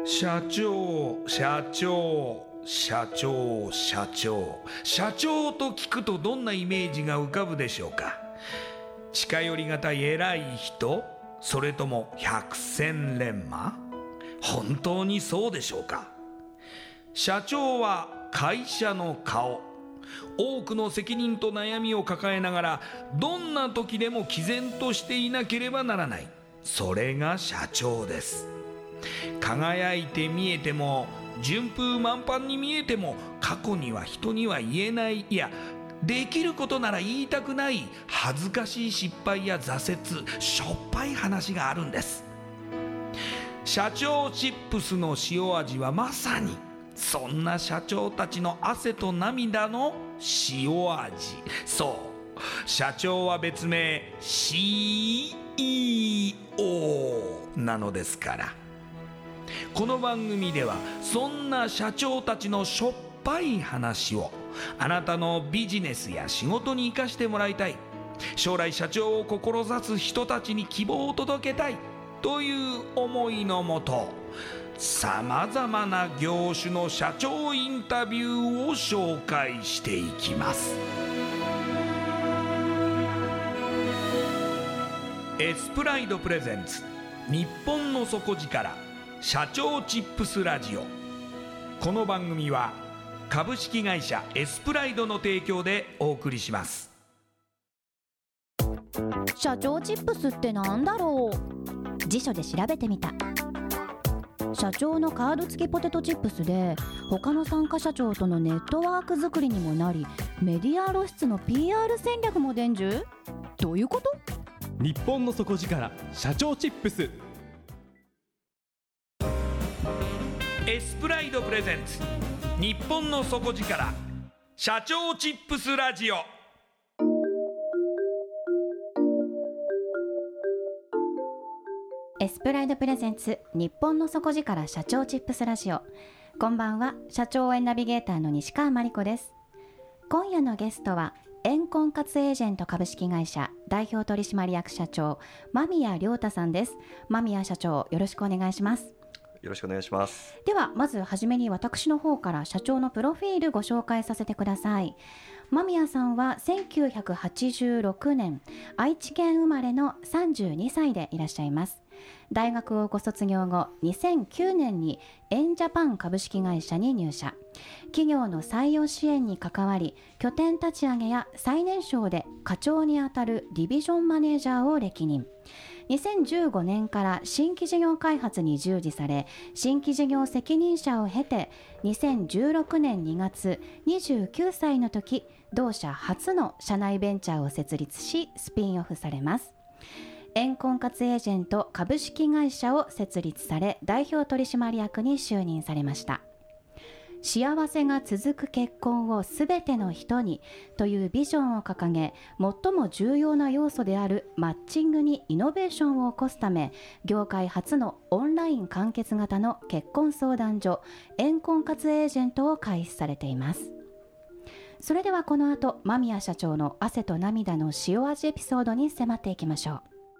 社長、社長、社長、社長、社長と聞くとどんなイメージが浮かぶでしょうか。近寄りがたい偉い人、それとも百戦錬磨。本当にそうでしょうか。社長は会社の顔。多くの責任と悩みを抱えながら、どんな時でも毅然としていなければならない。それが社長です。輝いて見えても、順風満帆に見えても、過去には人には言えない、いやできることなら言いたくない恥ずかしい失敗や挫折、しょっぱい話があるんです。社長チップスの塩味はまさにそんな社長たちの汗と涙の塩味。そう社長は別名 CEO なのですから。この番組ではそんな社長たちのしょっぱい話をあなたのビジネスや仕事に生かしてもらいたい、将来社長を志す人たちに希望を届けたいという思いのもと、さまざまな業種の社長インタビューを紹介していきます。エスプライドプレゼンツ日本の底力社長チップスラジオ。この番組は株式会社エスプライドの提供でお送りします。 社長チップスってなんだろう。辞書で調べてみた。社長のカード付きポテトチップスで、他の参加社長とのネットワーク作りにもなり、メディア露出の PR 戦略も伝授。どういうこと？ 日本の底力社長チップス。 エスプライドプレゼンツ日本の底力社長チップスラジオ。 エスプライドプレゼンツ日本の底力社長チップスラジオ。こんばんは、社長応援ナビゲーターの西川真理子です。今夜のゲストはエン婚活エージェント株式会社代表取締役社長間宮亮太さんです。間宮社長、よろしくお願いします。 よろしくお願いします。 ではまずはじめに私の方から社長のプロフィールご紹介させてください。間宮さんは1986年愛知県生まれの32歳でいらっしゃいます。大学をご卒業後2009年にエンジャパン株式会社に入社。企業の採用支援に関わり、拠点立ち上げや最年少で課長にあたるディビジョンマネージャーを歴任。2015年から新規事業開発に従事され、新規事業責任者を経て2016年2月29歳の時、同社初の社内ベンチャーを設立しスピンオフされます。エン婚活エージェント株式会社を設立され、代表取締役に就任されました。幸せが続く結婚をすべての人にというビジョンを掲げ、最も重要な要素であるマッチングにイノベーションを起こすため、業界初のオンライン完結型の結婚相談所エン婚活エージェントを開始されています。それではこの後、間宮社長の汗と涙の塩味エピソードに迫っていきましょう。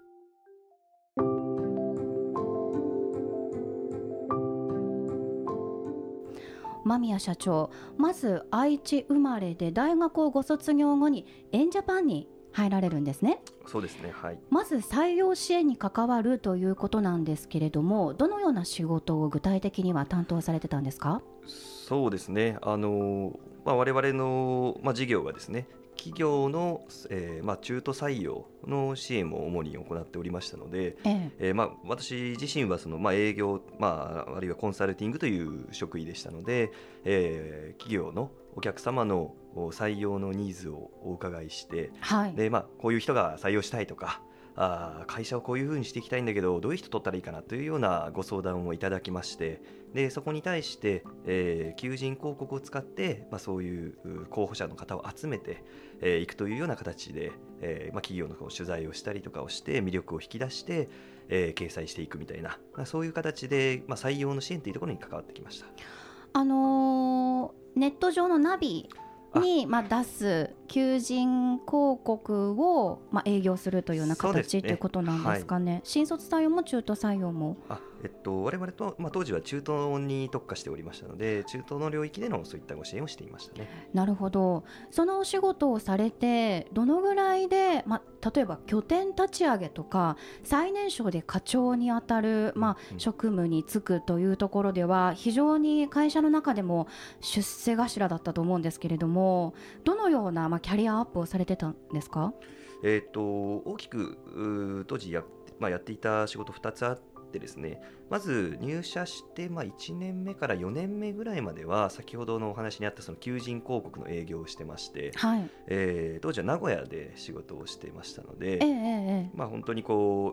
間宮社長、まず愛知生まれで大学をご卒業後にエンジャパンに入られるんですね。 そうですね、はい。 まず採用支援に関わるということなんですけれども、どのような仕事を具体的には担当されてたんですか？ そうですね、我々の、事業がですね、企業の、中途採用の支援も主に行っておりましたので、私自身はその、営業、あるいはコンサルティングという職位でしたので、企業のお客様の採用のニーズをお伺いして、でこういう人が採用したいとか、会社をこういうふうにしていきたいんだけどどういう人取ったらいいかなというようなご相談をいただきまして、でそこに対して、求人広告を使って、そういう候補者の方を集めていくというような形で、企業の取材をしたりとかをして魅力を引き出して、掲載していくみたいな、そういう形で、採用の支援というところに関わってきました。 ネット上のナビに出す求人広告を営業するというような形ということなんですかね。新卒採用も中途採用も。 我々と、当時は中東に特化しておりましたので、中東の領域でのそういったご支援をしていましたね。 なるほど。そのお仕事をされてどのぐらいで、例えば拠点立ち上げとか最年少で課長にあたる、職務に就くというところでは非常に会社の中でも出世頭だったと思うんですけれども、どのような、キャリアアップをされてたんですか？ 大きく当時やっていた仕事2つあってですね、まず入社して、1年目から4年目ぐらいまでは先ほどのお話にあったその求人広告の営業をしてまして、当時は名古屋で仕事をしてましたので、本当に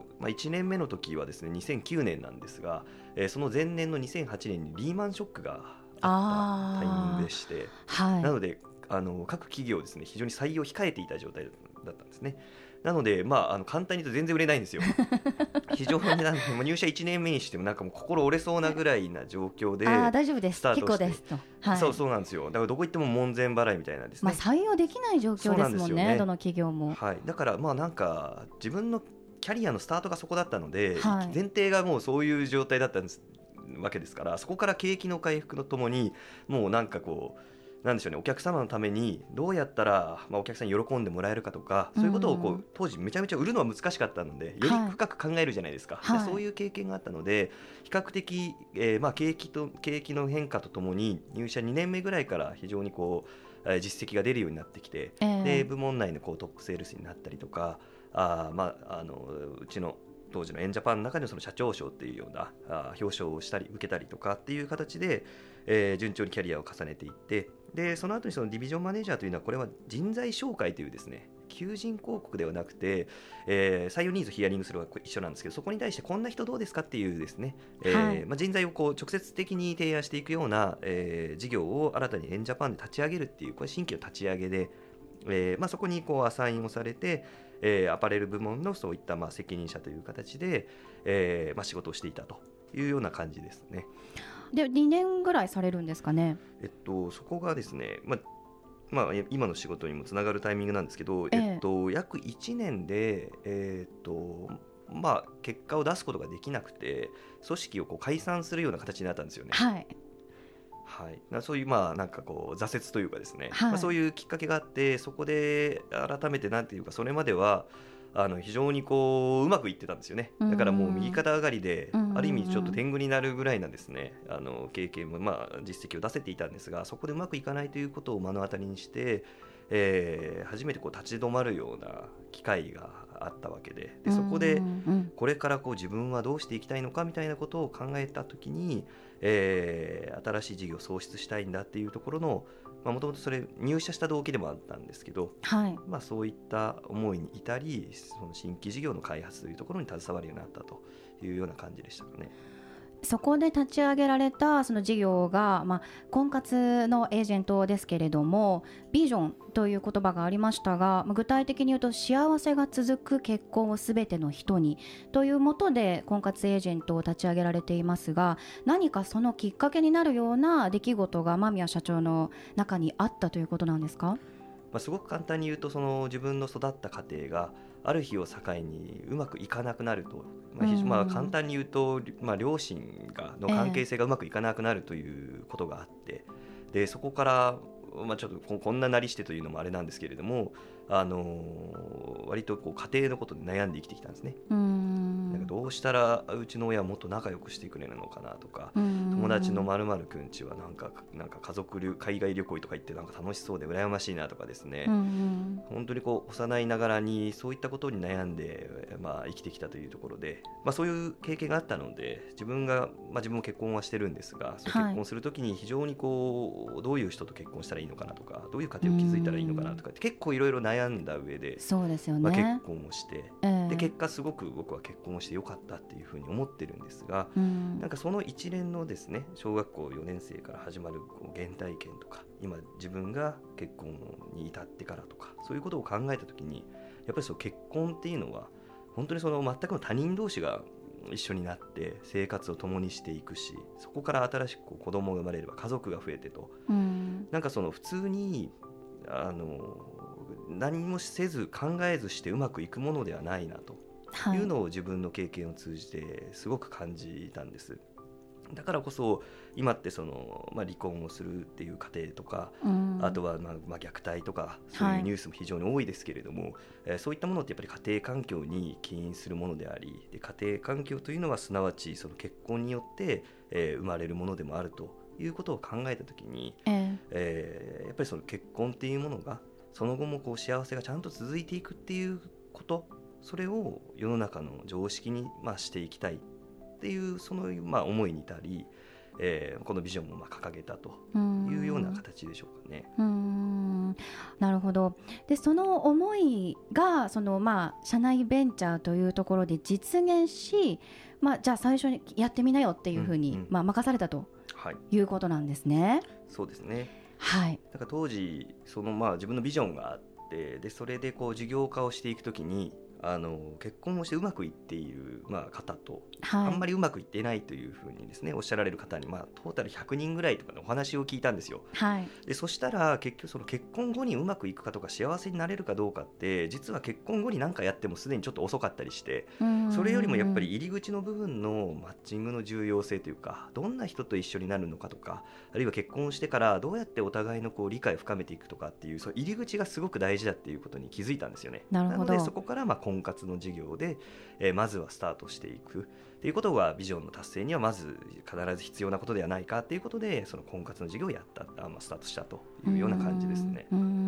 1年目の時はですね2009年なんですが、その前年の2008年にリーマンショックがあったタイミングでして、なので各企業ですね非常に採用を控えていた状態だったんですね。なので、簡単に言うと全然売れないんですよ。非常に入社1年目にしてももう心折れそうなぐらいな状況で大丈夫です、 スタートして、 結構ですと、 そうなんですよ。だからどこ行っても門前払いみたいなんですね。 採用できない状況ですもんね、どの企業も。 だから自分のキャリアのスタートがそこだったので、前提がもうそういう状態だったわけですから、そこから景気の回復とともにもうなんでしょうね、お客様のためにどうやったら、お客さんに喜んでもらえるかとか、そういうことを当時めちゃめちゃ売るのは難しかったので、より深く考えるじゃないですか。そういう経験があったので、比較的、景気の変化とともに入社2年目ぐらいから非常に実績が出るようになってきて、で部門内のトップセールスになったりとか、うちの当時のエンジャパンの中でその社長賞っていうような表彰を受けたりとかっていう形で、順調にキャリアを重ねていって、でその後にそのディビジョンマネージャーというのは、これは人材紹介というですね求人広告ではなくて、採用ニーズをヒアリングするのが一緒なんですけど、そこに対してこんな人どうですかっていうですね、人材を直接的に提案していくような、事業を新たにエンジャパンで立ち上げるっていう、これ新規の立ち上げで、そこにアサインをされて、アパレル部門のそういった責任者という形で、仕事をしていたというような感じですね。 で2年ぐらいされるんですかね。 そこがですね、今の仕事にもつながるタイミングなんですけど、約1年で、結果を出すことができなくて組織を解散するような形になったんですよね。そういう挫折というかですね、そういうきっかけがあって、そこで改めてなんていうか、それまでは非常にうまくいってたんですよね。だからもう右肩上がりで、ある意味ちょっと天狗になるぐらいなんですね、経験も実績を出せていたんですが、そこでうまくいかないということを目の当たりにして、初めて立ち止まるような機会があったわけで、そこでこれから自分はどうしていきたいのかみたいなことを考えたときに、新しい事業を創出したいんだっていうところの、もともとそれ入社した動機でもあったんですけど、そういった思いに至り、その新規事業の開発というところに携わるようになったというような感じでしたかね。 そこで立ち上げられたその事業が、婚活のエージェントですけれども、ビジョンという言葉がありましたが、具体的に言うと幸せが続く結婚をすべての人にというもとで婚活エージェントを立ち上げられていますが、何かそのきっかけになるような出来事が間宮社長の中にあったということなんですか？ すごく簡単に言うと、その自分の育った家庭がある日を境にうまくいかなくなると、簡単に言うと、両親の関係性がうまくいかなくなるということがあって、でそこから、ちょっとこんななりしてというのもあれなんですけれども、割と家庭のことで悩んで生きてきたんですね。どうしたらうちの親はもっと仲良くしてくれるのかなとか、友達の〇〇くんちはなんか家族海外旅行とか行って楽しそうで羨ましいなとかですね、本当に幼いながらにそういったことに悩んで、生きてきたというところで、そういう経験があったので、自分も結婚はしてるんですが、結婚するときに非常にどういう人と結婚したらいいのかなとか、どういう家庭を築いたらいいのかなとかって結構いろいろ悩んだ上で、 そうですよね、 結婚をして、で結果すごく僕は結婚をしてよかったっていうふうに思ってるんですが、その一連のですね、小学校4年生から始まる原体験とか、今自分が結婚に至ってからとか、そういうことを考えたときに、やっぱり結婚っていうのは本当に全くの他人同士が一緒になって生活を共にしていくし、そこから新しく子供が生まれれば家族が増えてと、普通に何もせず考えずしてうまくいくものではないなというのを自分の経験を通じてすごく感じたんです。だからこそ今って離婚をするっていう家庭とか、あとは虐待とかそういうニュースも非常に多いですけれども、そういったものってやっぱり家庭環境に起因するものであり、で家庭環境というのはすなわちその結婚によって、生まれるものでもあるということを考えたときに、やっぱりその結婚っていうものがその後も幸せがちゃんと続いていくっていうこと、それを世の中の常識にしていきたいっていうその思いに至り、このビジョンも掲げたというような形でしょうかね。 なるほど。でその思いが社内ベンチャーというところで実現し、じゃあ最初にやってみなよっていうふうに、任されたということなんですね。 そうですね。 はい。 だから当時自分のビジョンがあって、でそれで事業化をしていくときに結婚をしてうまくいっている、方と、あんまりうまくいっていないというふうにですねおっしゃられる方に、トータル100人ぐらいとかのお話を聞いたんですよ。でそしたら結局その結婚後にうまくいくかとか幸せになれるかどうかって実は結婚後に何かやってもすでにちょっと遅かったりして、それよりもやっぱり入り口の部分のマッチングの重要性というか、どんな人と一緒になるのかとか、あるいは結婚してからどうやってお互いの理解を深めていくとかっていう、その入り口がすごく大事だっていうことに気づいたんですよね。なのでそこから婚活の事業で、まずはスタートしていくっていうことがビジョンの達成にはまず必ず必要なことではないかということで、その婚活の事業をスタートしたというような感じですね。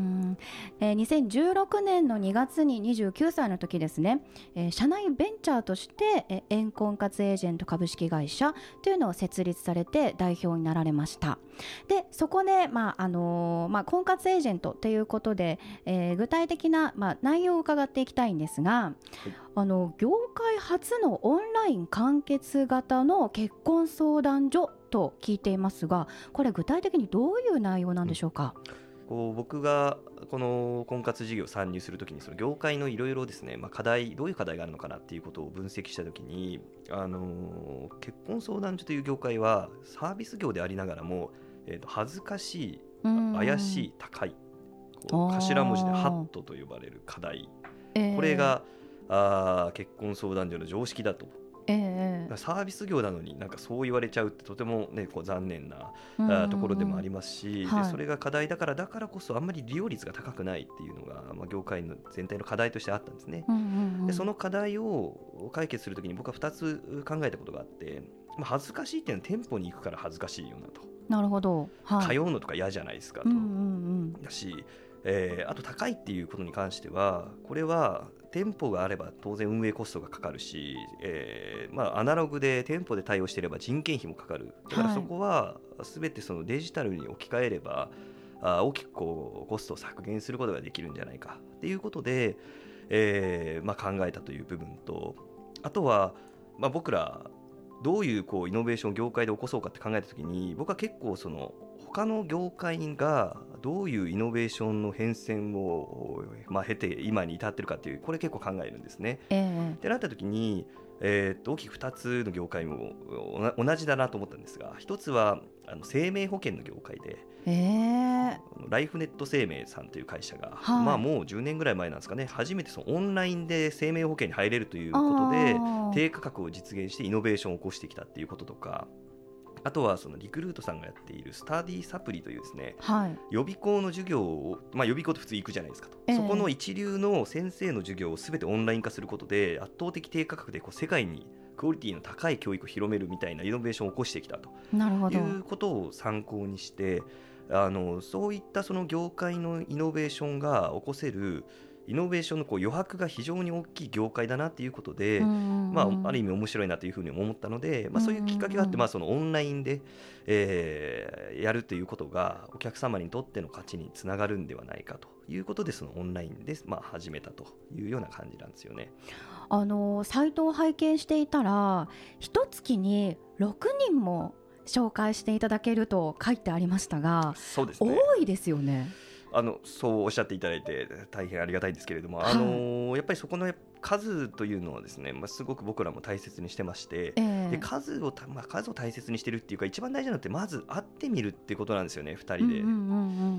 2016年の2月に29歳の時ですね、社内ベンチャーとしてエン婚活エージェント株式会社というのを設立されて代表になられました。でそこで、婚活エージェントということで、具体的な、内容を伺っていきたいんですが、業界初のオンライン完結型の結婚相談所と聞いていますが、これ具体的にどういう内容なんでしょうか。 僕がこの婚活事業参入するときにその業界のいろいろですね、課題、どういう課題があるのかなっていうことを分析したときに、結婚相談所という業界はサービス業でありながらも、恥ずかしい、怪しい、高い、頭文字でハットと呼ばれる課題、これが結婚相談所の常識だと。サービス業なのにそう言われちゃうってとても、残念なところでもありますし、でそれが課題だからこそあんまり利用率が高くないっていうのが、業界の全体の課題としてあったんですね。でその課題を解決するときに僕は2つ考えたことがあって、恥ずかしいっていうのは店舗に行くから恥ずかしいよなと。 なるほど、 通うのとか嫌じゃないですかと、だし、あと高いっていうことに関しては、これは店舗があれば当然運営コストがかかるし、アナログで店舗で対応していれば人件費もかかる。だからそこは全てそのデジタルに置き換えれば大きくコストを削減することができるんじゃないかっていうことで、考えたという部分と、あとは、僕らどういうイノベーションを業界で起こそうかって考えたときに、僕は結構その他の業界がどういうイノベーションの変遷を、経て今に至ってるかっていう、これ結構考えるんですね。ってなったときに、大きく2つの業界も同じだなと思ったんですが、一つは生命保険の業界で、ライフネット生命さんという会社が、もう10年ぐらい前なんですかね、初めてそのオンラインで生命保険に入れるということで低価格を実現してイノベーションを起こしてきたっていうこととか、あとはそのリクルートさんがやっているスタディサプリというですね、予備校の授業を、予備校って普通行くじゃないですかと、そこの一流の先生の授業を全てオンライン化することで圧倒的低価格で世界にクオリティの高い教育を広めるみたいなイノベーションを起こしてきたということを参考にして、そういったその業界のイノベーションが起こせるイノベーションの余白が非常に大きい業界だなということで、ある意味面白いなというふうに思ったので、そういうきっかけがあって、そのオンラインで、やるということがお客様にとっての価値につながるんではないかということで、そのオンラインで、始めたというような感じなんですよね。 サイトを拝見していたら、一月に6人も紹介していただけると書いてありましたが、 そうですね、 多いですよね。 そうおっしゃっていただいて大変ありがたいですけれども、やっぱりそこの数というのはですね、すごく僕らも大切にしてまして、で数を大切にしてるっていうか、一番大事なのってまず会ってみるっていうことなんですよね、2人で。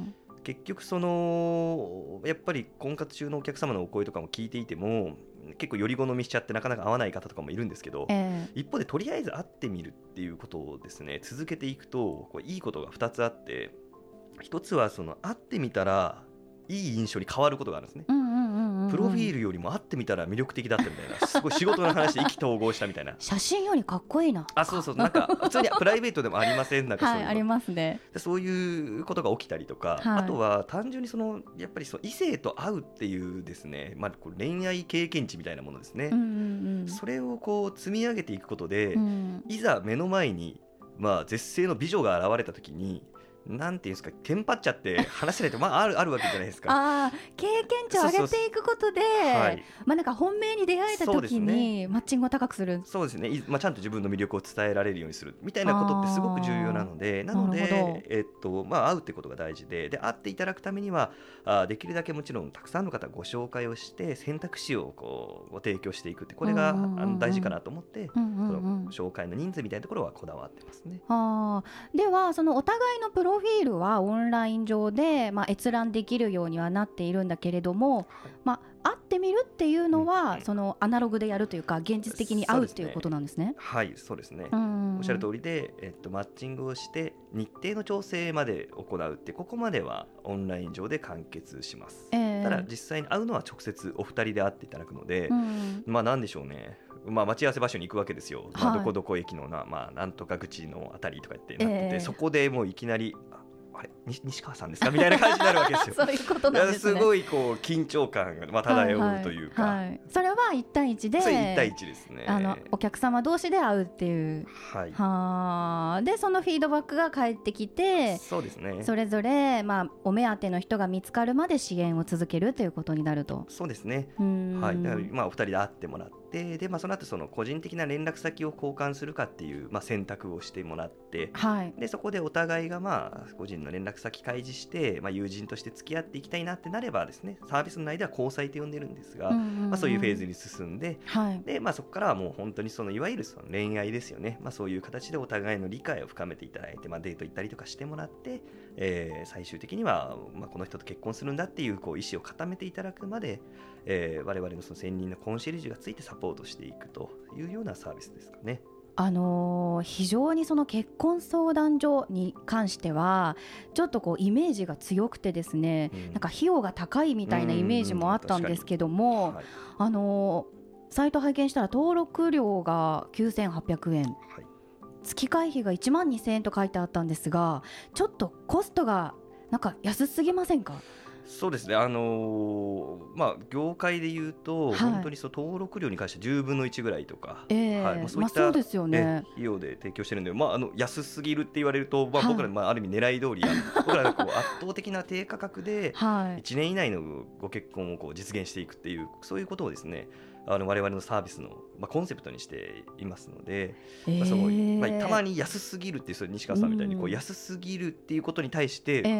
結局やっぱり婚活中のお客様のお声とかも聞いていても結構より好みしちゃってなかなか合わない方とかもいるんですけど、一方でとりあえず会ってみるっていうことをですね続けていくといいことが2つあって、1つは会ってみたらいい印象に変わることがあるんですね。プロフィールよりも会ってみたら魅力的だったみたいな、すごい仕事の話で意気投合したみたいな写真よりかっこいいな。 そうなんか普通にプライベートでもありませんなんかそういうの、 はい、ありますね。 そういうことが起きたりとか、あとは単純にやっぱり異性と会うっていうですね、恋愛経験値みたいなものですね、それを積み上げていくことで、いざ目の前に絶世の美女が現れた時になんていうんですか、テンパっちゃって話せないとあるわけじゃないですか。 経験値を上げていくことで、なんか本命に出会えた時にマッチングを高くする。 そうですね、ちゃんと自分の魅力を伝えられるようにするみたいなことってすごく重要なので、会うってことが大事で、会っていただくためにはできるだけもちろんたくさんの方ご紹介をして選択肢をご提供していくって、これが大事かなと思って、紹介の人数みたいなところはこだわってますね。 ではお互いのプロフィールはオンライン上で、閲覧できるようにはなっているんだけれども、会ってみるっていうのは、アナログでやるというか現実的に会うっていうことなんですね。 はい、そうですね、おっしゃる通りで、マッチングをして日程の調整まで行うって、ここまではオンライン上で完結します。ただ実際に会うのは直接お二人で会っていただくので、なんでしょうね、待ち合わせ場所に行くわけですよ、どこどこ駅のなんとか口のあたりとかってなってて、そこでもういきなり西川さんですかみたいな感じになるわけですよ。 そういうことなんですね。 すごい緊張感が漂うというか、 それは1対1で、 それ1対1ですね。 お客様同士で会うっていう、でそのフィードバックが返ってきて、 そうですね、 それぞれ、お目当ての人が見つかるまで支援を続けるということになると。 そうですね、だからお二人で会ってもらって、でその後個人的な連絡先を交換するかっていう、選択をしてもらって、でそこでお互いが個人の連絡先開示して、友人として付き合っていきたいなってなればですね、サービス内では交際と呼んでるんですが、そういうフェーズに進んで、でそこからはもう本当にいわゆる恋愛ですよね、そういう形でお互いの理解を深めていただいて、デート行ったりとかしてもらって、最終的には、この人と結婚するんだっていう、意思を固めていただくまで、我々の専任のコンシェルジュがついてサポートしていくというようなサービスですかね。 非常に結婚相談所に関してはちょっとイメージが強くてですね、なんか費用が高いみたいなイメージもあったんですけども、サイト拝見したら登録料が9800円、月会費が1万2000円と書いてあったんですが、ちょっとコストがなんか安すぎませんか？ そうですね、業界でいうと、本当に登録料に関して10分の1ぐらいとか、そういった費用で提供してるんで、安すぎるって言われると、僕らある意味狙い通り僕らが圧倒的な低価格で1年以内のご結婚を実現していくっていう、そういうことをですね、我々のサービスの、コンセプトにしていますので、たまに安すぎるっていう、西川さんみたいに安すぎるっていうことに対して、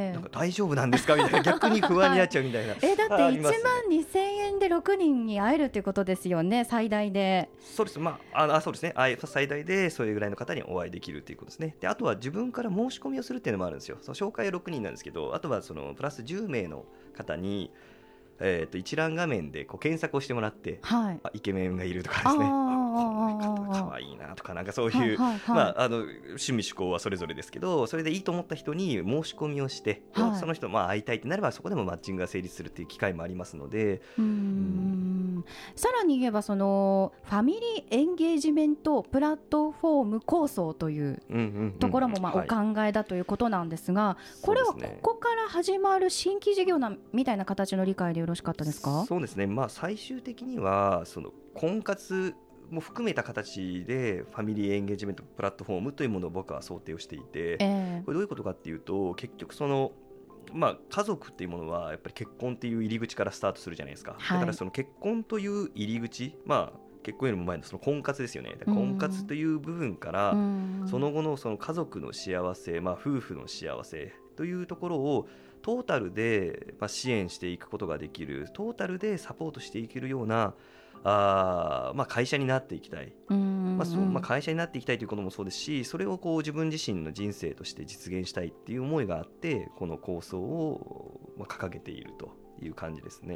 なんか大丈夫なんですかみたいな、逆に不安になっちゃうみたいな、 だって1万2000円で6人に会えるっていうことですよね、最大で。 そうです、そうですね、最大でそれぐらいの方にお会いできるということですね。であとは自分から申し込みをするっていうのもあるんですよ。紹介は6人なんですけど、あとはプラス10名の方に一覧画面で検索をしてもらって、イケメンがいるとかですね、この方かわいいなとか、なんかそういう、趣味趣向はそれぞれですけど、それでいいと思った人に申し込みをして、その人会いたいってなればそこでもマッチングが成立するっていう機会もありますので、 さらに言えばファミリーエンゲージメントプラットフォーム構想というところもお考えだということなんですが、これはここから始まる新規事業みたいな形の理解でよろしかったですか？ そうですね、最終的には婚活も含めた形でファミリーエンゲージメントプラットフォームというものを僕は想定をしていて、これどういうことかっていうと、結局家族っていうものはやっぱり結婚っていう入り口からスタートするじゃないですか。だから結婚という入り口、結婚よりも前の婚活ですよね。婚活という部分から、その後の家族の幸せ、夫婦の幸せというところをトータルで支援していくことができる、トータルでサポートしていけるような会社になっていきたい、会社になっていきたいということもそうですし、それをこう自分自身の人生として実現したいっていう思いがあって、この構想を掲げているという感じですね。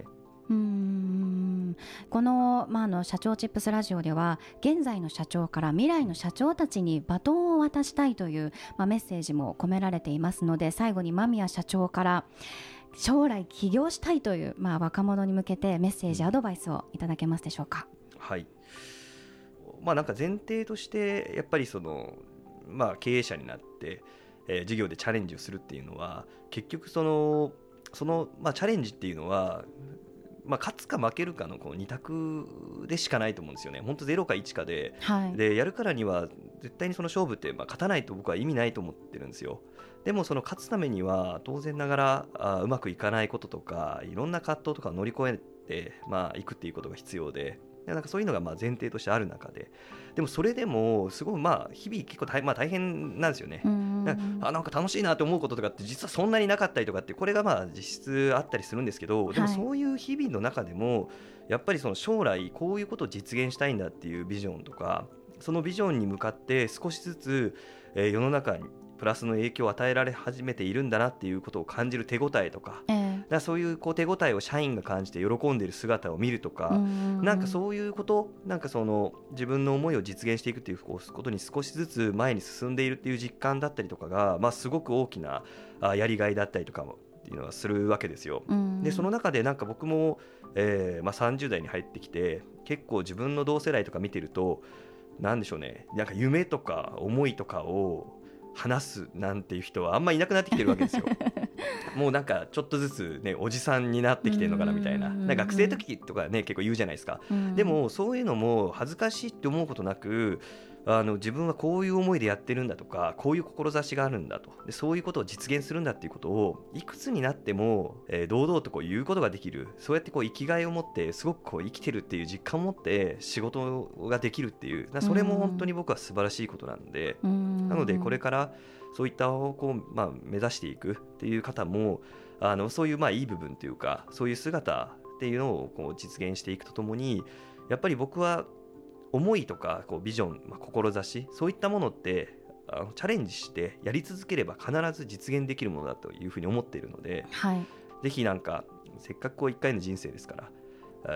この、社長チップスラジオでは、現在の社長から未来の社長たちにバトンを渡したいという、メッセージも込められていますので、最後に間宮社長から将来起業したいという、若者に向けてメッセージ、アドバイスをいただけますでしょうか。 はい、なんか前提としてやっぱりその、経営者になって、事業でチャレンジをするっていうのは、結局そのチャレンジっていうのは勝つか負けるかのこう2択でしかないと思うんですよね。本当0か1かで、でやるからには絶対にその勝負って勝たないと僕は意味ないと思ってるんですよ。でもその勝つためには当然ながらうまくいかないこととか、いろんな葛藤とかを乗り越えていくっていうことが必要で、なんかそういうのが前提としてある中で、でもそれでもすごい日々結構大変なんですよね。なんか楽しいなと思うこととかって実はそんなになかったりとかって、これが実質あったりするんですけど、でもそういう日々の中でもやっぱりその将来こういうことを実現したいんだっていうビジョンとか、そのビジョンに向かって少しずつ世の中にプラスの影響を与えられ始めているんだなっていうことを感じる手応えとか、そういう手応えを社員が感じて喜んでいる姿を見るとか、なんかそういうこと、なんかその自分の思いを実現していくっていうことに少しずつ前に進んでいるっていう実感だったりとかが、すごく大きなやりがいだったりとかっていうのはするわけですよ。でその中でなんか僕も、30代に入ってきて、結構自分の同世代とか見てると、なんでしょうね、なんか夢とか思いとかを話すなんていう人はあんまりいなくなってきてるわけですよ。もうなんかちょっとずつね、おじさんになってきてるのかなみたいな、学生時とかね結構言うじゃないですか。でもそういうのも恥ずかしいって思うことなく、自分はこういう思いでやってるんだとか、こういう志があるんだと、でそういうことを実現するんだっていうことをいくつになっても、堂々とこう言うことができる、そうやってこう生きがいを持ってすごくこう生きてるっていう実感を持って仕事ができるっていう、それも本当に僕は素晴らしいことなんで、なのでこれからそういった方向を目指していくっていう方も、そういういい部分というか、そういう姿っていうのをこう実現していくとともに、やっぱり僕は思いとかこうビジョン、志、そういったものってチャレンジしてやり続ければ必ず実現できるものだというふうに思っているので、ぜひなんかせっかくこう1回の人生ですから、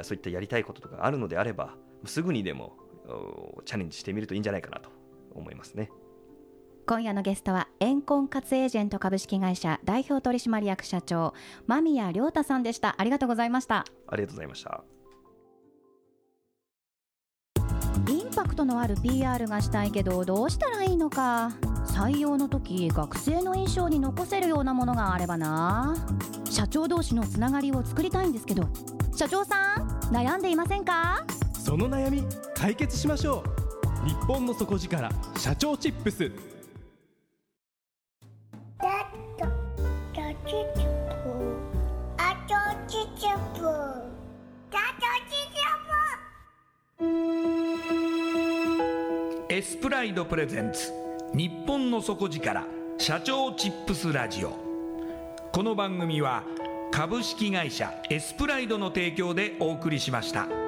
そういったやりたいこととかあるのであれば、すぐにでもチャレンジしてみるといいんじゃないかなと思いますね。 今夜のゲストはエンコンカツエージェント株式会社代表取締役社長、間宮亮太さんでした。ありがとうございました。 ありがとうございました。 インパクトのある PR がしたいけど、どうしたらいいのか。採用の時学生の印象に残せるようなものがあればな。社長同士のつながりを作りたいんですけど、社長さん悩んでいませんか？ その悩み解決しましょう。日本の底力社長チップス。 エスプライドプレゼンツ日本の底力社長チップスラジオ。この番組は株式会社エスプライドの提供でお送りしました。